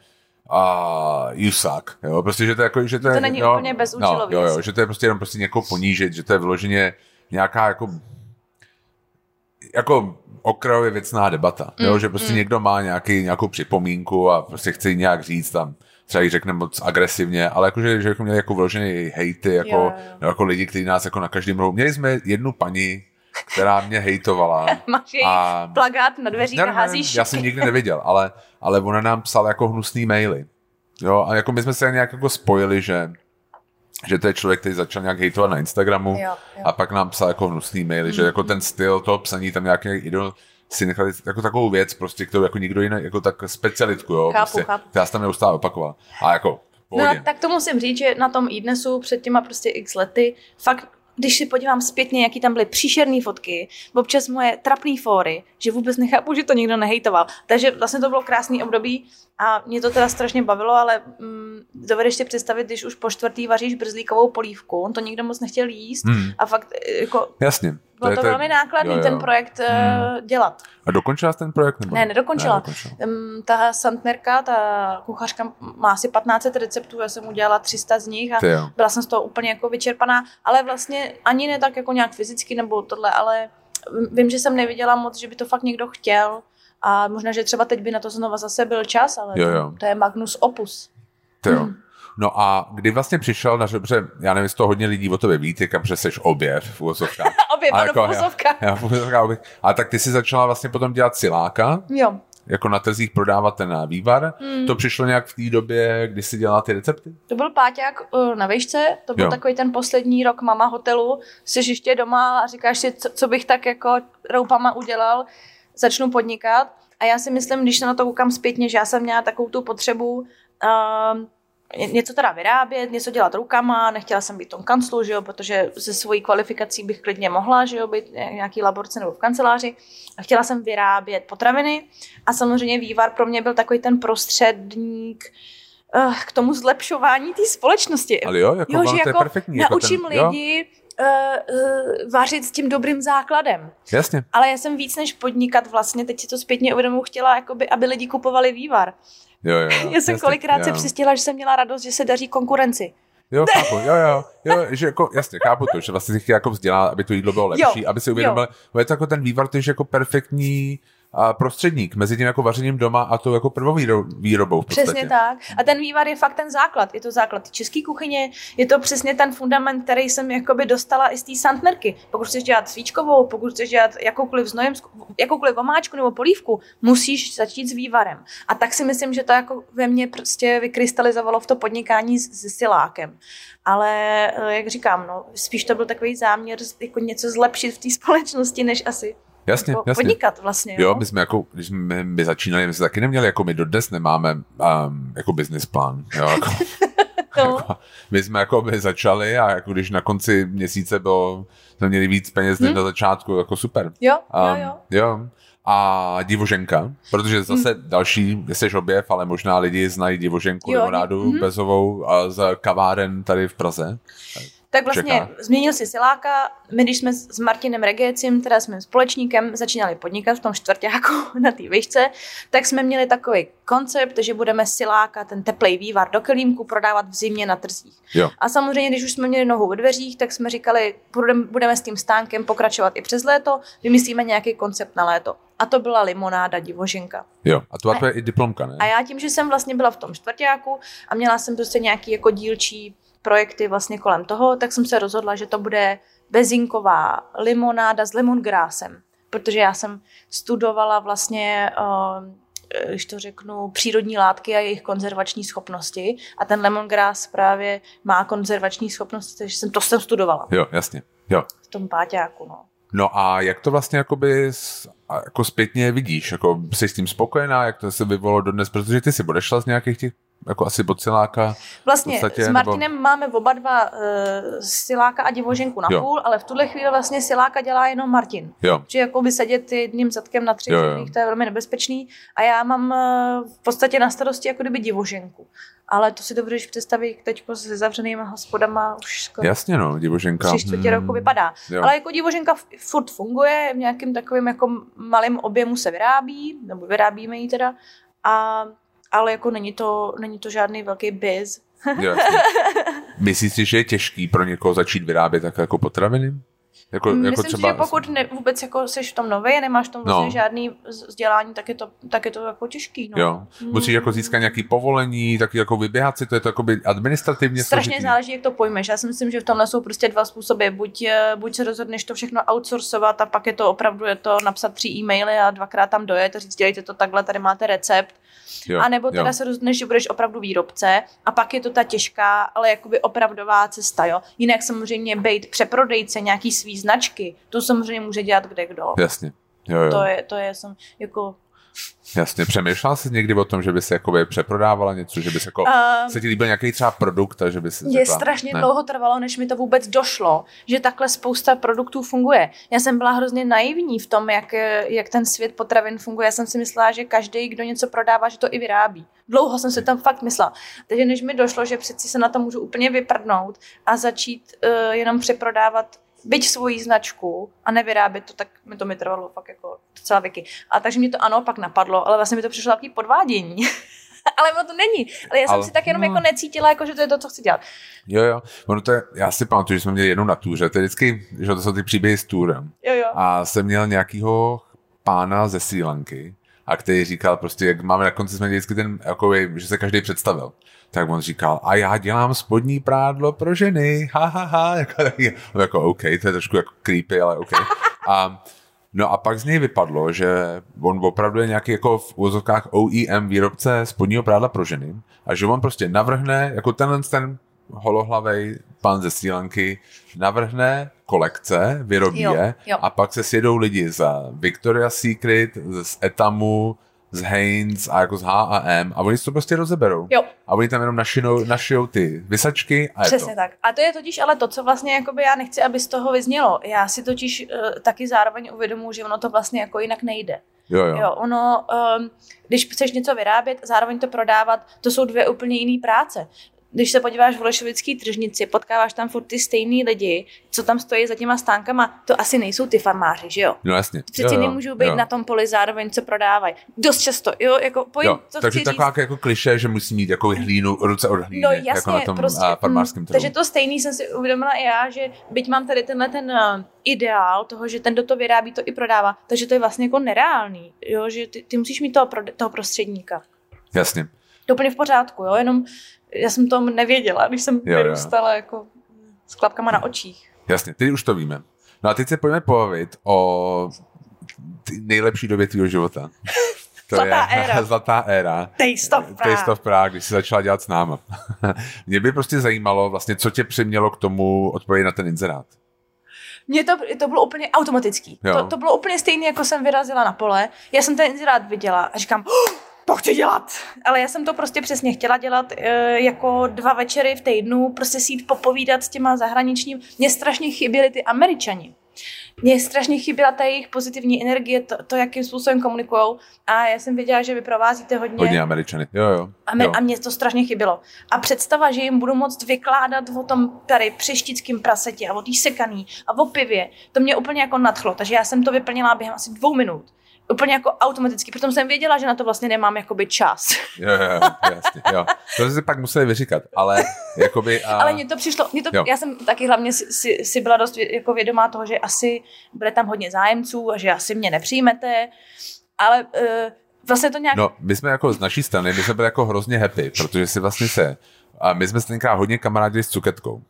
you suck, jo, prostě, že to je jako, že to je, není úplně bezúčelový. Jo, že to je prostě jenom prostě někoho ponížit, že to je vyloženě nějaká jako okrajově věcná debata, jo, že prostě někdo má nějakou připomínku a prostě chce jí nějak říct tam, třeba jí řekne moc agresivně, ale jakože, že měli jako vyložený hejty, jako lidi, kteří nás jako na každém rohu. Měli jsme jednu paní, která mě hejtovala. Máš její plakát na dveřích a házíš. Já jsem nikdy neviděl, ale ona nám psala jako hnusný maily. Jo, a jako my jsme se nějak jako spojili, že to je člověk, který začal nějak hejtovat na Instagramu a pak nám psal jako hnusný maily, že jako ten styl toho psaní tam nějaký idol si nechali jako takovou věc, prostě, kterou jako nikdo jiný, jako tak specialitku, jo, chápu. která se tam neustále opakovala. A jako pohodě. No tak to musím říct, že na tom iDnesu před těma prostě x lety, fakt, když si podívám zpětně, jaký tam byly příšerný fotky, občas moje trapný fóry, že vůbec nechápu, že to nikdo nehejtoval. Takže vlastně to bylo krásný období a mě to teda strašně bavilo, ale dovedeš si představit, když už po čtvrtý vaříš brzlíkovou polívku, on to nikdo moc nechtěl jíst a fakt jako... Jasně. Bylo to velmi nákladný ten projekt dělat. A dokončila jsi ten projekt? Nebo? Ne, nedokončila. Ta Santnerka, ta kuchařka má asi 1500 receptů, já jsem udělala 300 z nich a byla jsem z toho úplně jako vyčerpaná, ale vlastně ani ne tak jako nějak fyzicky nebo tohle, ale vím, že jsem neviděla moc, že by to fakt někdo chtěl a možná, že třeba teď by na to znova zase byl čas, ale to je magnus opus. No a kdy vlastně přišel, protože já nevím, jestli to hodně lidí o tobě ví, ty kam seš oběd v uvozovkách. Oběd, ano, v uvozovkách. A tak ty si začala vlastně potom dělat siláka. Jo. Jako na trzích prodávat ten vývar. To přišlo nějak v té době, kdy jsi dělala ty recepty? To byl páťák na vejšce, to byl takový ten poslední rok mama hotelu, jsi ještě doma a říkáš si, co bych tak jako roupama udělal, začnu podnikat. A já si myslím, když se na to koukám zpětně, že já jsem měla takovou tu potřebu něco teda vyrábět, něco dělat rukama, nechtěla jsem být v tom kanclu, že jo, protože se svojí kvalifikací bych klidně mohla, že jo, být nějaký laborce nebo v kanceláři. A chtěla jsem vyrábět potraviny a samozřejmě vývar pro mě byl takový ten prostředník k tomu zlepšování té společnosti. Ale jo, že jako to je perfektní. Naučím lidi vařit s tím dobrým základem. Jasně. Ale já jsem víc než podnikat vlastně, teď si to zpětně uvědomuji, chtěla, jakoby, aby lidi kupovali vývar. Jo, já jsem kolikrát se přistihla, že jsem měla radost, že se daří konkurenci. Jo, chápu, jo, že jako, jasně, chápu to, že vlastně si chtěla jako vzdělat, aby to jídlo bylo lepší, aby si uvědomil, je to jako ten vývar, to je jako perfektní prostředník mezi tím jako vařením doma a tou jako prvovýrobou v podstatě. Přesně tak. A ten vývar je fakt ten základ. Je to základ české kuchyně, je to přesně ten fundament, který jsem jakoby dostala i z té Santnerky. Pokud chceš dělat svíčkovou, pokud chceš dělat jakoukoliv omáčku nebo polívku, musíš začít s vývarem. A tak si myslím, že to jako ve mně prostě vykrystalizovalo v to podnikání s silákem. Ale jak říkám, no, spíš to byl takový záměr jako něco zlepšit v té společnosti, než asi Jasně. podnikat vlastně. Jo, my jsme jako, když my začínali, my jsme taky neměli, jako my dodnes nemáme jako business plán. Jo, jako, no. jako, my jsme jako by začali a jako když na konci měsíce jsme měli víc peněz než na začátku, jako super. Jo. A divoženka, protože zase další, jsi objev, ale možná lidi znají divoženku limonádu bezovou z kaváren tady v Praze. Tak vlastně změnil si siláka. My, když jsme s Martinem Regécim, teda s mým společníkem, začínali podnikat v tom čtvrťáku na té výšce, tak jsme měli takový koncept, že budeme siláka, ten teplej vývar do kelímku prodávat v zimě na trzích. Jo. A samozřejmě, když už jsme měli nohu ve dveřích, tak jsme říkali, budeme s tím stánkem pokračovat i přes léto, vymyslíme nějaký koncept na léto. A to byla limonáda divoženka. Jo, a to je i diplomka, ne? A já tím, že jsem vlastně byla v tom čtvrťáku a měla jsem prostě nějaký jako dílčí projekty vlastně kolem toho, tak jsem se rozhodla, že to bude bezinková limonáda s lemongrassem, protože já jsem studovala vlastně, když to řeknu, přírodní látky a jejich konzervační schopnosti a ten lemongrass právě má konzervační schopnosti, takže jsem studovala. Jo, jasně. Jo. V tom páťáku, no. No a jak to vlastně jakoby jako zpětně vidíš? Jako jsi s tím spokojená? Jak to se vyvolalo dodnes? Protože ty si odešla z nějakých těch jako asi od siláka. Vlastně podstatě, s Martinem máme oba dva siláka a divoženku na půl, ale v tuhle chvíli vlastně siláka dělá jenom Martin. Jo. Že jakoby sedět jedním zadkem na třech zemích, to je velmi nebezpečný. A já mám v podstatě na starosti jako kdyby divoženku. Ale to si dovedeš představit teďko se zavřenýma hospodama už skoro. Jasně, no, divoženka. 3/4 roku vypadá. Jo. Ale jako divoženka furt funguje, v nějakým takovým jako malým objemu se vyrábí, nebo vyrábíme ji teda. Ale jako není to žádný velký biz. Myslíš si, že je těžký pro někoho začít vyrábět tak jako potraviny? Myslím třeba... si, že pokud vůbec jako jsi v tom nový, nemáš v tom vlastně žádný vzdělání, tak je to jako těžký. No. Jo. Musíš jako získat nějaké povolení, taky jako vyběhat si, to je to jako administrativně strašně složitý. záleží, jak to pojmeš. Já si myslím, že v tomhle jsou prostě dva způsoby. Buď se rozhodneš to všechno outsourcovat a pak je to opravdu napsat 3 e-maily a 2krát tam dojet a říct, dělejte to takhle, tady máte recept. A nebo teda se rozhodneš, že budeš opravdu výrobce a pak je to ta těžká, ale jakoby opravdová cesta, jo. Jinak samozřejmě bejt přeprodejce nějaký svý značky, to samozřejmě může dělat kdekdo. Jasně. Jo. To je jako... Jasně, přemýšlela jsi někdy o tom, že by se jakoby přeprodávala něco, že by se jako se ti líbil nějaký třeba produkt a že by se Mě strašně dlouho trvalo, než mi to vůbec došlo, že takhle spousta produktů funguje. Já jsem byla hrozně naivní v tom, jak ten svět potravin funguje. Já jsem si myslela, že každý, kdo něco prodává, že to i vyrábí. Dlouho jsem si tam fakt myslela. Takže než mi došlo, že přeci se na to můžu úplně vyprdnout a začít jenom přeprodávat byť svoji značku a nevyrábět to, tak mi trvalo fakt jako docela věky. A takže mě to pak napadlo, ale vlastně mi to přišlo takový podvádění. Ale ono to není. Ale já jsem si tak jenom jako necítila, jako, že to je to, co chci dělat. Jo. Ono to je, já si pamatuju, že jsme měli jednou na túře. To je vždycky, že to jsou ty příběhy s túrem. Jo. A jsem měl nějakýho pána ze Srí Lanky, a který říkal prostě, jak máme na konci, jsme měli vždycky ten, jako, že se každý představil. Tak on říkal, a já dělám spodní prádlo pro ženy, jako OK, to je trošku jako creepy, ale OK. No a pak z něj vypadlo, že on opravdu je nějaký jako v úvozovkách OEM výrobce spodního prádla pro ženy a že on prostě navrhne, jako ten holohlavej pán ze Srí Lanky, navrhne kolekce, vyrobí je a pak se sjedou lidi z Victoria's Secret, z Etamu, z Heinz a jako z H&M a oni si to prostě rozeberou. Jo. A oni tam jenom našijou ty vysačky a přesně tak. A to je totiž ale to, co vlastně jakoby já nechci, aby z toho vyznělo. Já si totiž taky zároveň uvědomuji, že ono to vlastně jako jinak nejde. Jo, ono, když chceš něco vyrábět, zároveň to prodávat, to jsou 2 úplně jiné práce. když se podíváš v Holešovické tržnici, potkáváš tam furt ty stejný lidi, co tam stojí za těma stánkama, to asi nejsou ty farmáři, že jo? No jasně. Přeci nemůžou být na tom poli zároveň, co prodávají. Dost často, jo, jako pojď, co takže chci taková říct. jako klišé, že musí mít jako hlínu, ruce od hlíny, No jasně, jako na tom prostě, farmářském trhu. Takže to stejný jsem si uvědomila i já, že byť mám tady ten ideál toho, že ten, kdo to vyrábí, to i prodává, takže to je vlastně jako nereálný, jo, že ty musíš mít toho prostředníka. Jasně. To úplně v pořádku, jo, jenom já jsem to nevěděla, když jsem vyrůstala jako s klapkama na očích. Jasně, teď už to víme. No a teď se pojďme pobavit o nejlepší době tvýho života. To zlatá éra. Zlatá éra. Taste of Prague, když jsi začala dělat s náma. Mě by prostě zajímalo vlastně, co tě přimělo k tomu odpovědět na ten inzerát. Mně to bylo úplně automatický. To bylo úplně stejné, jako jsem vyrazila na pole. Já jsem ten inzerát viděla a říkám, to chci dělat. Ale já jsem to prostě přesně chtěla dělat jako 2 večery v týdnu, prostě si jít popovídat s těma zahraničními. Mně strašně chyběli ty Američani. Mně strašně chyběla ta jejich pozitivní energie, to jakým způsobem komunikujou. A já jsem věděla, že vy provázíte hodně Američany. Jo. A mě to strašně chybělo. A představa, že jim budu moct vykládat o tom tady přeštickým prasetě a o té sekaný a o pivě, to mě úplně jako nadchlo. Takže já jsem to vyplnila během asi 2 minut. Úplně jako automaticky, protože jsem věděla, že na to vlastně nemám jakoby čas. Jo, jasně, jo. To si pak museli vyříkat, ale jakoby... Ale mně to přišlo, já jsem taky hlavně si byla dost jako vědomá toho, že asi bude tam hodně zájemců a že asi mě nepřijmete, ale vlastně to nějak... No, my jsme jako z naší strany, my jsme byli jako hrozně happy, protože si vlastně a my jsme se tenkrát hodně kamarádili s Cuketkou.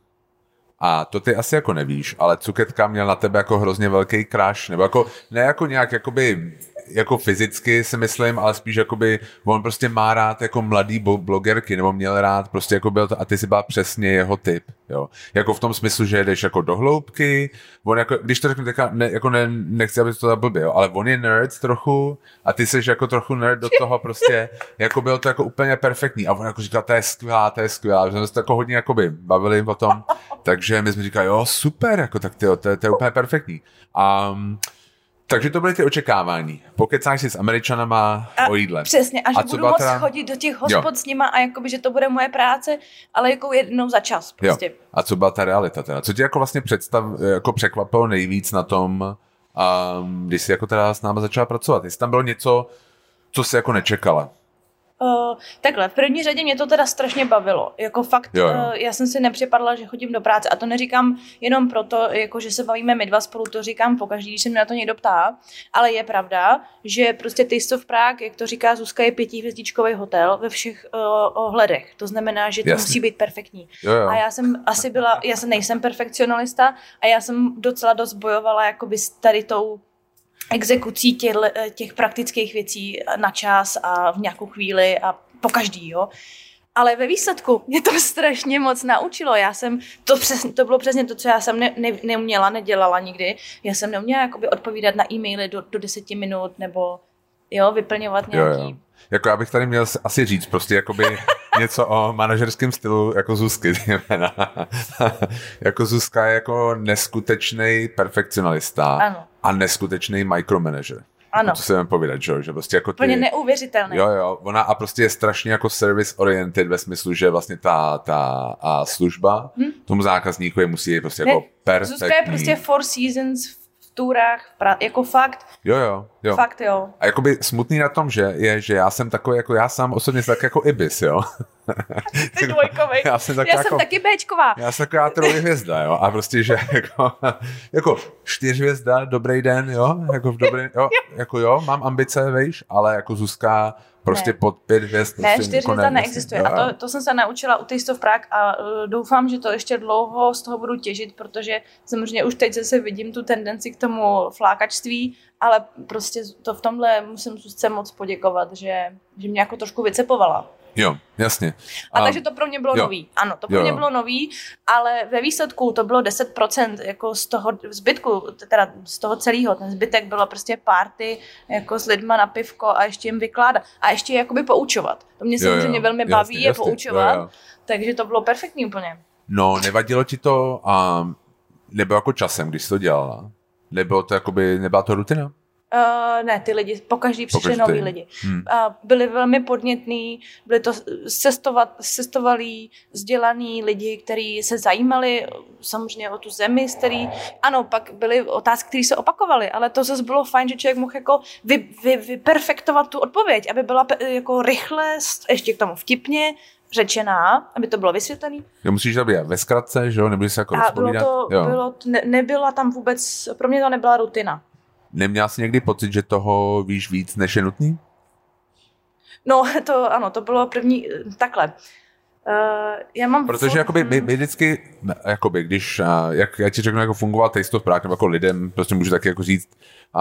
A to ty asi jako nevíš, ale Cuketka měl na tebe jako hrozně velký crush, nebo jako, ne jako nějak jakoby, jako fyzicky si myslím, ale spíš jakoby, on prostě má rád jako mladý blogerky, nebo měl rád, prostě jako byl to, a ty si byla přesně jeho typ, jo. Jako v tom smyslu, že jdeš jako do hloubky, on jako, když to řeknu teďka, nechci, aby to byla blbě, jo, ale on je nerd trochu a ty jsi jako trochu nerd do toho prostě, jako bylo to jako úplně perfektní a on jako říkal, to je skvělá, že jsme se to jako hodně jakoby bavili o tom, takže my jsme říkali, jo, super, jako tak tyjo, to je úplně perfektní. Takže to byly ty očekávání. Pokecáš si s Američanama o jídle. Přesně, a že budu moc chodit do těch hospod s nima a jakoby, že to bude moje práce, ale jako jednou za čas prostě. Jo. A co byla ta realita teda? Co tě jako vlastně jako překvapilo nejvíc na tom, když jsi jako teda s náma začala pracovat? Jestli tam bylo něco, co jsi jako nečekala? Takhle, v první řadě mě to teda strašně bavilo. Jako fakt, já jsem si nepřipadla, že chodím do práce a to neříkám jenom proto, jako že se bavíme my dva spolu, to říkám pokaždý, když se mě na to někdo ptá, ale je pravda, že prostě Taste of Prague, jak to říká Zuzka, je 5hvězdičkový hotel ve všech ohledech. To znamená, že to musí být perfektní. Jo. A já jsem nejsem perfekcionalista a já jsem docela dost bojovala jakoby s tady tou exekucí těch praktických věcí na čas a v nějakou chvíli a po každý, jo. Ale ve výsledku mě to strašně moc naučilo. To bylo přesně to, co já jsem neuměla, nedělala nikdy. Já jsem neuměla jakoby odpovídat na e-maily do 10 minut nebo vyplňovat nějaký... Jo. Jako já bych tady měl asi říct prostě jakoby něco o manažerském stylu jako Zuzky. Jako Zuzka je jako neskutečný perfekcionalista. Ano. A neskutečný micromanager. Ano. To se vám povídat, že prostě jako úplně neuvěřitelné. Jo, ona a prostě je strašně jako service oriented ve smyslu, že vlastně ta služba tomu zákazníku musí prostě jako perfektní. Zuzka je prostě 4 seasons v turách, jako fakt. Jo. Fakt jo. A jakoby smutný na tom, že já jsem takový, jako já sám osobně jsem tak jako Ibis, jo. Ty dvojkovej. Já jsem taky Bčková. Já jsem taková trojhvězda, jo. A prostě, že jako 4 hvězda, dobrý den, jo. Jako v dobrý, jo, mám ambice, víš, ale jako Zuzka prostě pod 5 hvězd. Ne, 4 hvězda neexistuje. A to jsem se naučila u Taste of Prague a doufám, že to ještě dlouho z toho budu těžit, protože samozřejmě už teď zase vidím tu tendenci k tomu flákačství, ale prostě to v tomhle musím Zuzce moc poděkovat, že mě jako trošku vycepovala. Jo, jasně. A takže to pro mě bylo nový. Ano, to pro mě bylo nový, ale ve výsledku to bylo 10% jako z toho zbytku, teda z toho celého. Ten zbytek bylo prostě party jako s lidma na pivko a ještě jim vykládat. A ještě jakoby poučovat. To mě samozřejmě velmi baví je poučovat, takže to bylo perfektní úplně. No, nevadilo ti to nebo jako časem, když jsi to dělala? Nebylo to jakoby, nebyla to rutina? Ne, ty lidi, pokaždý přišli noví lidi. Byli velmi podnětní, byli to cestovalí, vzdělaný lidi, kteří se zajímali samozřejmě o tu zemi, ano, pak byly otázky, které se opakovaly, ale to zase bylo fajn, že člověk mohl jako vyperfektovat tu odpověď, aby byla jako rychle, ještě k tomu vtipně, řečená, aby to bylo vysvětlené. Jo, musíš to být ve zkratce, že jo, nebudeš se jako rozpovídat. Nebyla tam vůbec, pro mě to nebyla rutina. Neměla jsi někdy pocit, že toho víš víc, než je nutný? No, to bylo první, takhle. Já mám protože jakoby my vždycky, jakoby, když, jak já ti řeknu, jako fungoval Taste of Prague, nebo jako lidem, prostě můžu taky jako říct,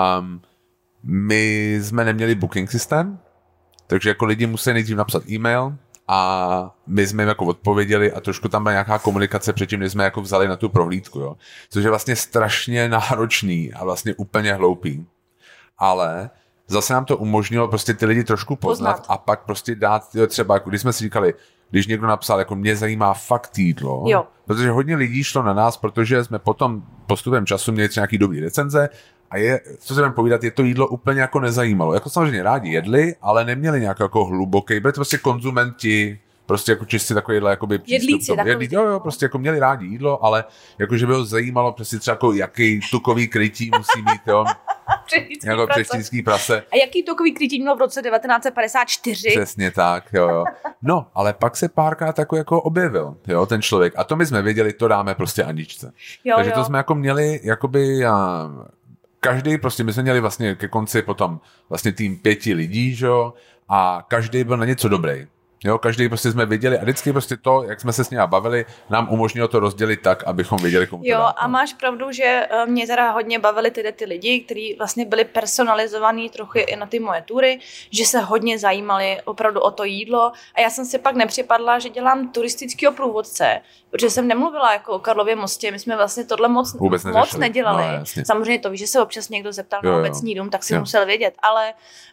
my jsme neměli booking systém, takže jako lidi museli nejdřív napsat e-mail a my jsme jim jako odpověděli a trošku tam byla nějaká komunikace předtím, než jsme jako vzali na tu prohlídku, jo. Což je vlastně strašně náročný a vlastně úplně hloupý. Ale zase nám to umožnilo prostě ty lidi trošku poznat. A pak prostě dát, jo, třeba, jako když jsme si říkali, když někdo napsal, jako mě zajímá fakt jídlo, jo. Protože hodně lidí šlo na nás, protože jsme potom postupem času měli třeba nějaký dobrý recenze a co se budeme povídat, je to jídlo úplně jako nezajímalo. Jako samozřejmě rádi jedli, ale neměli nějak jako hluboký, byli to prostě konzumenti, prostě jako čistě takovýhle jakoby přístup. Jo, prostě jako měli rádi jídlo, ale jako, že by ho zajímalo prostě třeba jako jaký tukový krytí musí mít, jo. Jako přečtinský prase. A jaký tukový krytí mělo v roce 1954? Přesně tak, jo. No, ale pak se párkrát jako objevil, jo, ten člověk. A to my jsme věděli, to dáme prostě Aničce. Takže to jsme jako měli, jakoby, každý prostě, my jsme měli vlastně ke konci potom vlastně tým 5 lidí, že jo, a každý byl na něco dobrý. Jo, každý prostě jsme viděli a vždycky prostě to, jak jsme se s ním bavili, nám umožnilo to rozdělit tak, abychom věděli, komu to dát. A máš pravdu, že mě teda hodně bavili ty lidi, kteří vlastně byli personalizovaní trochu i na ty moje tury, že se hodně zajímali opravdu o to jídlo a já jsem si pak nepřipadla, že dělám turistického průvodce, protože jsem nemluvila jako o Karlově Mostě, my jsme vlastně tohle moc nedělali. No, samozřejmě to víš, že se občas někdo zeptal na obecní dům, tak si musel vědět, ale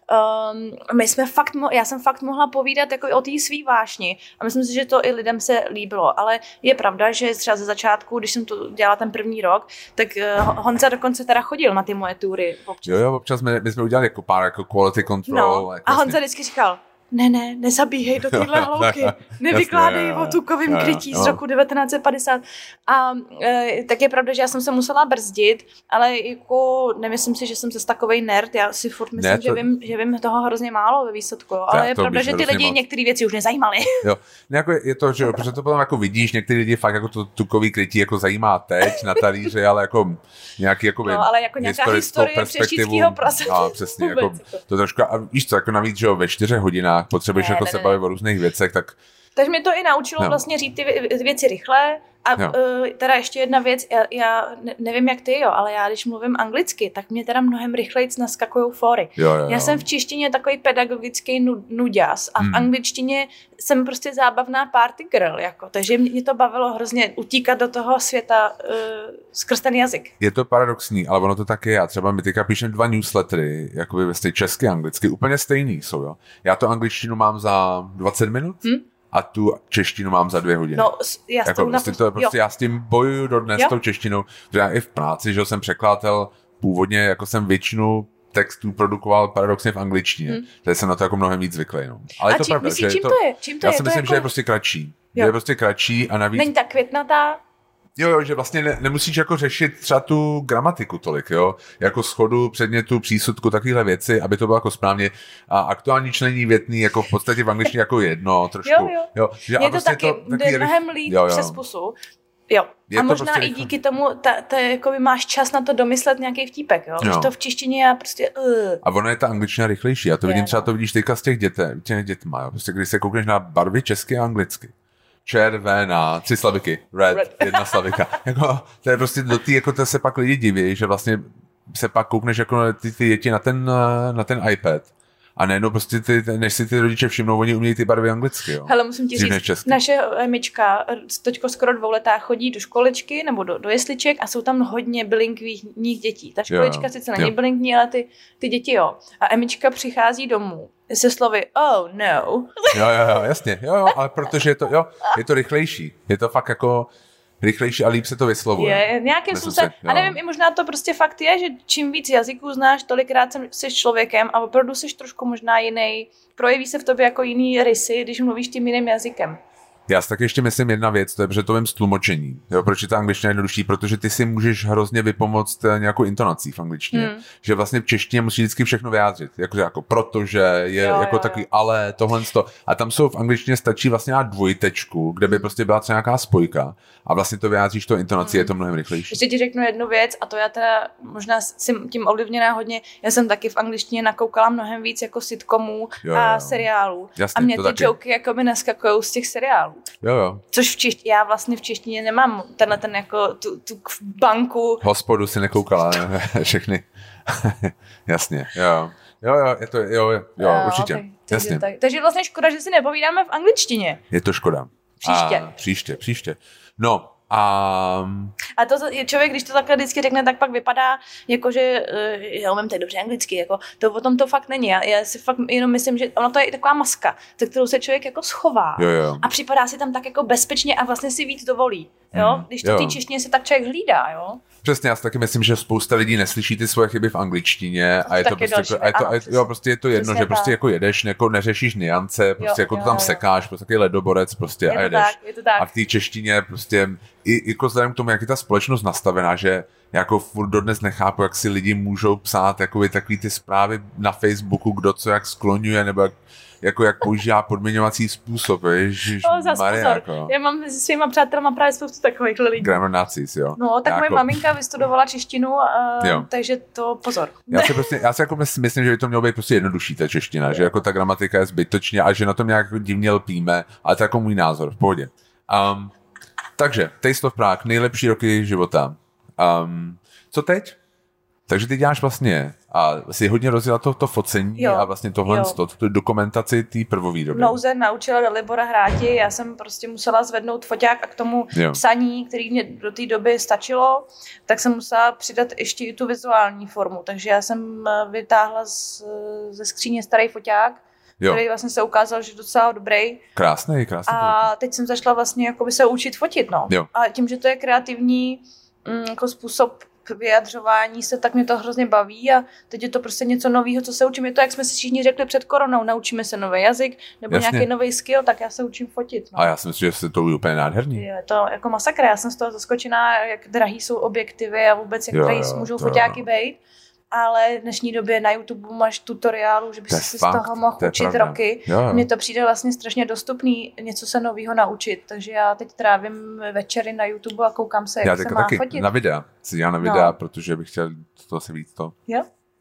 já jsem fakt mohla povídat jako o té svý vášni a myslím si, že to i lidem se líbilo, ale je pravda, že třeba ze začátku, když jsem to dělala ten první rok, tak Honza dokonce teda chodil na ty moje tury občas. Jo, občas my jsme udělali jako pár jako quality control. No, a Honza vždycky říkal, ne, nezabíhej do téhle hlouky, nevykládej o tukovým krytí z roku 1950. A tak je pravda, že já jsem se musela brzdit, ale jako nemyslím si, že jsem zase takovej nerd, já si furt myslím, že vím toho hrozně málo ve výsledku, ale je pravda, že ty lidi některé věci už nezajímaly. Jo, jako je to, že protože to potom jako vidíš, některý lidi fakt jako to tukový krytí jako zajímá teď na talíři, ale jako nějaký jako ale jako nějaká historie přeštíckého prasete. No, přesně, jako to trošku, a víš co, jako navíc, že ve 4 hodinách potřebuješ jako se bavit o různých věcech, tak... Takže mě to i naučilo vlastně říct ty věci rychle a teda ještě jedna věc, já nevím jak ty, ale já když mluvím anglicky, tak mě teda mnohem rychleji naskakujou fóry. Já jsem v češtině takový pedagogický nuďas a v angličtině jsem prostě zábavná party girl, jako, takže mě to bavilo hrozně utíkat do toho světa skrz ten jazyk. Je to paradoxní, ale ono to taky je. Třeba my teďka píšem 2 newslettery, jakoby ve česky a anglicky, úplně stejný jsou, jo. Já to angličtinu mám za 20 minut, a tu češtinu mám za 2 hodiny. No, já jako, já s tím bojuju dodnes s tou češtinou, protože já i v práci, že jsem překladatel, původně jako jsem většinu textů produkoval paradoxně v angličtině. Takže jsem na to jako mnohem víc zvyklý. No. Ale je to pravda, že čím to je? Já si myslím, že je prostě kratší. Že je prostě kratší a navíc... Není tak květnatá? Jo, že vlastně nemusíš jako řešit třeba tu gramatiku tolik, jo, jako schodu, předmětu, přísudku, takovéhle věci, aby to bylo jako správně a aktuální člení větný jako v podstatě v angličtině jako jedno trošku. Jo. Že je to taky mnohem líp přes pusu. Jo. A možná prostě i díky tomu jako máš čas na to domyslet nějaký vtípek, jo. Když to v češtině je prostě A ono je ta angličtina rychlejší. Já to vidím třeba, to vidíš teďka z těch dětma, jo. Prostě když se koukneš na barvy česky a anglicky. Červená, 3 slaviky, red, 1 slavika. Jako, to je prostě do té, jako to se pak lidi diví, že vlastně se pak koukneš jako ty děti na ten iPad. A nejenom prostě než si ty rodiče všimnou, oni umějí ty barvy anglicky, jo. Hele, musím ti říct, naše Emička teďko skoro 2letá chodí do školečky nebo do jesliček a jsou tam hodně bilinkvních dětí. Ta školička sice není bilinkní, ale ty děti jo. A Emička přichází domů se slovy oh no. Jo, jasně, jo, ale protože je to rychlejší. Je to fakt jako rychlejší a líp se to vyslovuje. Je nějakým způsobem. A nevím, i možná to prostě fakt je, že čím víc jazyků znáš, tolikrát jsi člověkem a opravdu jsi trošku možná jiný. Projeví se v tobě jako jiný rysy, když mluvíš tím jiným jazykem. Já si tak ještě myslím jedna věc, to je, že to vím z tlumočení. Jo, proč je ta angličtina jednodušší? Protože ty si můžeš hrozně vypomoct nějakou intonací v angličtině. Že vlastně v češtině musíš vždycky všechno vyjádřit. Jako protože je jako takový ale, tohle. A tam jsou v angličtině stačí vlastně na dvojtečku, kde by prostě byla třeba nějaká spojka a vlastně to vyjádříš to intonací, je to mnohem rychlejší. Ještě ti řeknu jednu věc a to já teda možná jsem tím ovlivněná hodně. Já jsem taky v angličtině nakoukala mnohem víc jako sitcomů a seriálů. Jasně, a mě ty joky jako by naskakují z těch seriálů. Jo. Což já vlastně v češtině nemám ten jako tu banku. Hospodu si nekoukala, ne? Všechny. Jasně, jo, je to, jo, určitě. Okay. Jasně. Takže vlastně škoda, že si nepovídáme v angličtině. Je to škoda. Příště. No, a to je člověk, když to takhle vždycky řekne, tak pak vypadá, jako že já umím tak dobře anglicky, jako to potom to fakt není. Já si fakt jenom myslím, že ono to je taková maska, za kterou se člověk jako schová a připadá si tam tak jako bezpečně a vlastně si víc dovolí. Jo? Když to v té češtině se tak člověk hlídá, jo? Přesně, já si taky myslím, že spousta lidí neslyší ty svoje chyby v angličtině a je to prostě je to jedno, že prostě jako jedeš, jako neřešíš niance, prostě jako to tam sekáš, prostě takový ledoborec prostě a jedeš. A v té češtině prostě i jako vzhledem k tomu, jak je ta společnost nastavená, že jako furt dodnes nechápu, jak si lidi můžou psát takový ty zprávy na Facebooku, kdo co jak skloňuje, nebo jak používá podmiňovací způsob, Ježišmarja. Jako. Já mám se svýma přátelama právě spoustu takových lidí. Grammar Nazis, jo. No, tak moje maminka vystudovala češtinu, takže to pozor. Já si jako myslím, že by to mělo být prostě jednodušší ta čeština, že jako ta gramatika je zbytočně a že na tom nějak divně lpíme, ale to je jako můj názor, v pohodě. Takže, Taste of Prague, nejlepší roky života. Co teď? Takže ty děláš vlastně a jsi hodně rozjela to focení a vlastně tohle tu dokumentaci té prvové doby. Nouze naučila Libora hráti, já jsem prostě musela zvednout foťák a k tomu psaní, který mě do té doby stačilo, tak jsem musela přidat ještě i tu vizuální formu, takže já jsem vytáhla ze skříně starý foťák, který vlastně se ukázal, že je docela dobrý. Krásný. A teď jsem začala vlastně jakoby se učit fotit, no. A tím, že to je kreativní jako způsob vyjadřování se, tak mě to hrozně baví a teď je to prostě něco nového, co se učím. Je to, jak jsme si všichni řekli před koronou, naučíme se nový jazyk nebo nějaký nový skill, tak já se učím fotit. No. A já si myslím, že se to je úplně nádherný. Je to jako masakra, já jsem z toho zaskočená, jak drahý jsou objektivy a vůbec jak drahý můžou foťáky být. Ale v dnešní době na YouTube máš tutoriálu, že bys si z toho mohl učit roky. Mně to přijde vlastně strašně dostupný něco se nového naučit, takže já teď trávím večery na YouTube a koukám se, jak se má fotit. Na videa. Si dělám na videa, protože bych chtěl to se víc to. Jo?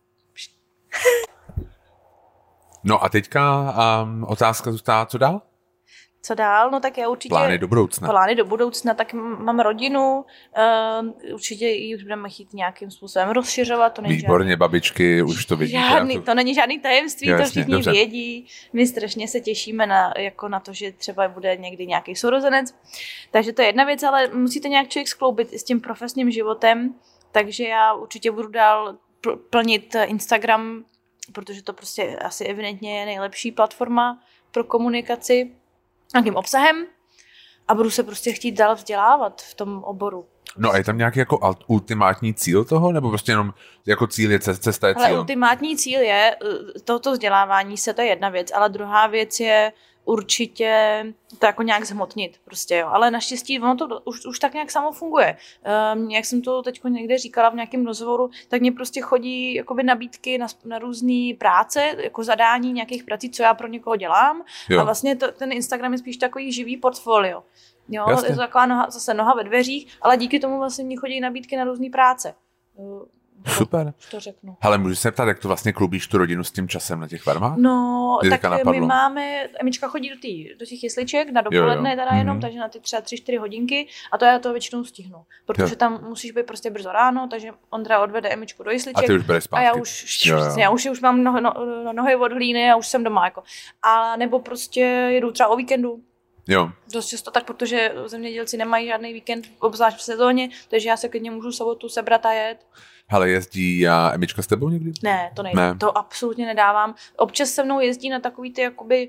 No a teďka otázka zůstává, co dál? Co dál? No tak já určitě... Plány do budoucna, tak mám rodinu, určitě ji už budeme chtít nějakým způsobem rozšiřovat. To není výborně, babičky, už to vidíte. To není žádný tajemství, to všichni vědí. My strašně se těšíme na to, že třeba bude někdy nějaký sourozenec. Takže to je jedna věc, ale musí to nějak člověk skloubit s tím profesním životem, takže já určitě budu dál plnit Instagram, protože to prostě asi evidentně je nejlepší platforma pro komunikaci nějakým obsahem a budu se prostě chtít dál vzdělávat v tom oboru. No a je tam nějaký jako ultimátní cíl toho, nebo prostě jenom jako cíl je cesta je cíl? Ale ultimátní cíl je tohoto vzdělávání se, to je jedna věc, ale druhá věc je určitě to jako nějak zhmotnit prostě, jo. Ale naštěstí ono to už tak nějak samo funguje. Jak jsem to teď někde říkala v nějakém rozhovoru, tak mě prostě chodí jakoby nabídky na různé práce, jako zadání nějakých prací, co já pro někoho dělám. Jo. A vlastně ten Instagram je spíš takový živý portfolio. Jo, je to taková noha ve dveřích, ale díky tomu vlastně mě chodí nabídky na různé práce. Super. To řeknu. Hele, můžu se ptát, jak to vlastně klubíš tu rodinu s tím časem na těch farmách? No, tak my máme, Emička chodí do těch jesliček na dopoledne teda jenom, takže na ty třeba 3-4 hodinky a to já to většinou stihnu, protože tam musíš být prostě brzo ráno, takže Ondra odvede Emičku do jesliček. A ty už bereš zpátky. A já už mám nohy od hlíny a už jsem doma jako. A nebo prostě jedu třeba o víkendu. Jo. Dost často tak, protože zemědělci nemají žádný víkend, obzvlášť v sezóně, takže já se klidně můžu sobotu sebrat a jet. Hele, jezdí Emička s tebou někdy? Ne, to nejde. Ne. To absolutně nedávám. Občas se mnou jezdí na takový ty jakoby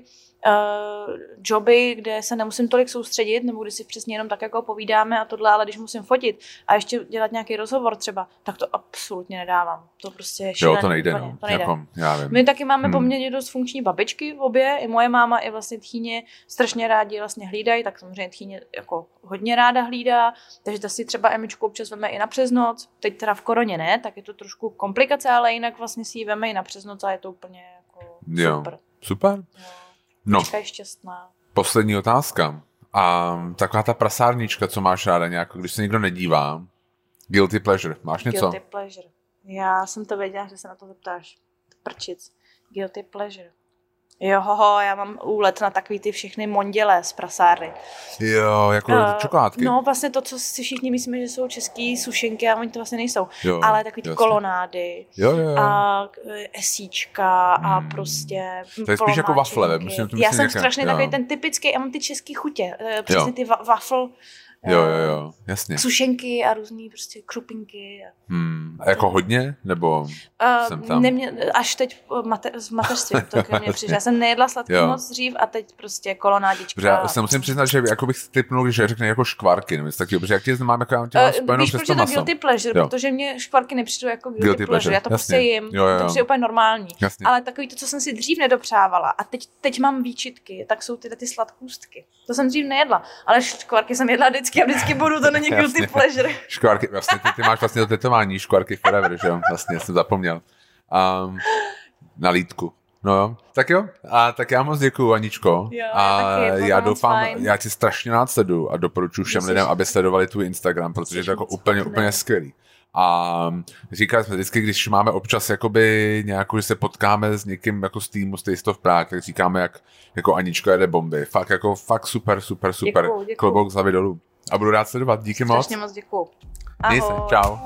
joby, kde se nemusím tolik soustředit, nebo když si přesně jenom tak jako povídáme a tohle, ale když musím fotit a ještě dělat nějaký rozhovor třeba, tak to absolutně nedávám. To prostě je šílený. Jo, to nejde, úplně, no. To nejde. Jako, já vím. My taky máme poměrně dost funkční babičky obě, i moje máma, i vlastně tchýně strašně rádi vlastně hlídají, tak samozřejmě tchýně jako hodně ráda hlídá, takže ta si třeba Emičku občas veme i na přesnoc, teď teda v koroně ne, tak je to trošku komplikace, ale jinak vlastně si ji veme i na přesnoc a je to úplně jako super. Jo, super. Jo. No, je šťastná. poslední otázka. A taková ta prasárnička, co máš ráda nějak, když se někdo nedívá. Guilty pleasure. Máš něco? Guilty pleasure. Já jsem to věděla, že se na to zeptáš. Prčic. Guilty pleasure. Jo, já mám úlet na takový ty všechny monděle z prasárny. Jo, jako čokoládky. No, vlastně to, co si všichni myslíme, že jsou český sušenky, a oni to vlastně nejsou. Jo, ale takový ty jasně. kolonády Jo. a esíčka a prostě to je spíš jako wafle. Já jsem strašně takový ten typický, já mám ty český chutě. Přesně ty wafle. Jo, jasně. Sušenky a různý prostě krupinky. A jako hodně? Nebo jsem tam? Až teď v mateřství to ke mně přišlo. Já jsem nejedla sladký moc dřív a teď prostě kolonádička. Protože já se musím přiznat, že jako bych typnul, když řekne jako škvarky, nebo taky, protože jak tě znám, jako já tě spojenou přes to maso. Guilty pleasure, protože mě škvarky nepřijdou jako guilty pleasure. Já to prostě jim, to je úplně normální. Jasně. Ale takový to, co jsem si dřív nedopřávala a teď mám výčitky, tak jsou ty sladkůstky. To jsem dřív nejedla, ale škvarky jsem jedla vždycky budu, to není guilty pleasure. Škvarky, vlastně ty máš vlastně to tetování, škvarky forever, že jo? Vlastně jsem zapomněl. Na lítku. No jo. Tak jo. A tak já moc děkuju, Aničko. Jo, já doufám, já ti strašně rád sleduju a doporučuji všem lidem, aby sledovali tvůj Instagram, protože je to jako úplně skvělý. A říkali jsme vždycky, když máme občas jakoby nějakou, že se potkáme s někým jako z týmu, z Taste of Prague, tak říkáme, jak jako Anička jede bomby. Fakt super. Děkuju. Klobouk z hlavy dolů. A budu rád sledovat. Díky moc. Strašně moc děkuju. Měj se. Čau.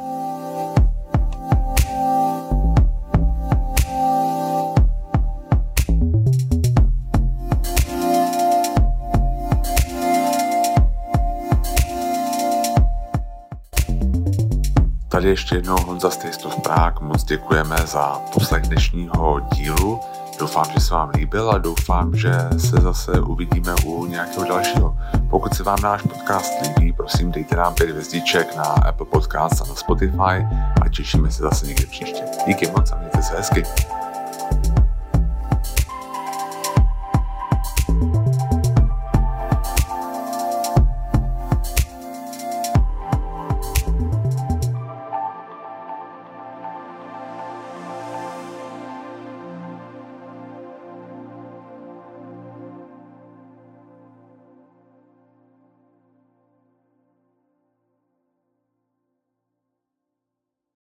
Tady ještě jednou Honza z Taste of Prague. Moc děkujeme za poslech dnešního dílu. Doufám, že se vám líbil a doufám, že se zase uvidíme u nějakého dalšího. Pokud se vám náš podcast líbí, prosím dejte nám 5 hvězdiček na Apple Podcast a na Spotify a těšíme se zase někdy příště. Díky moc a mějte se hezky.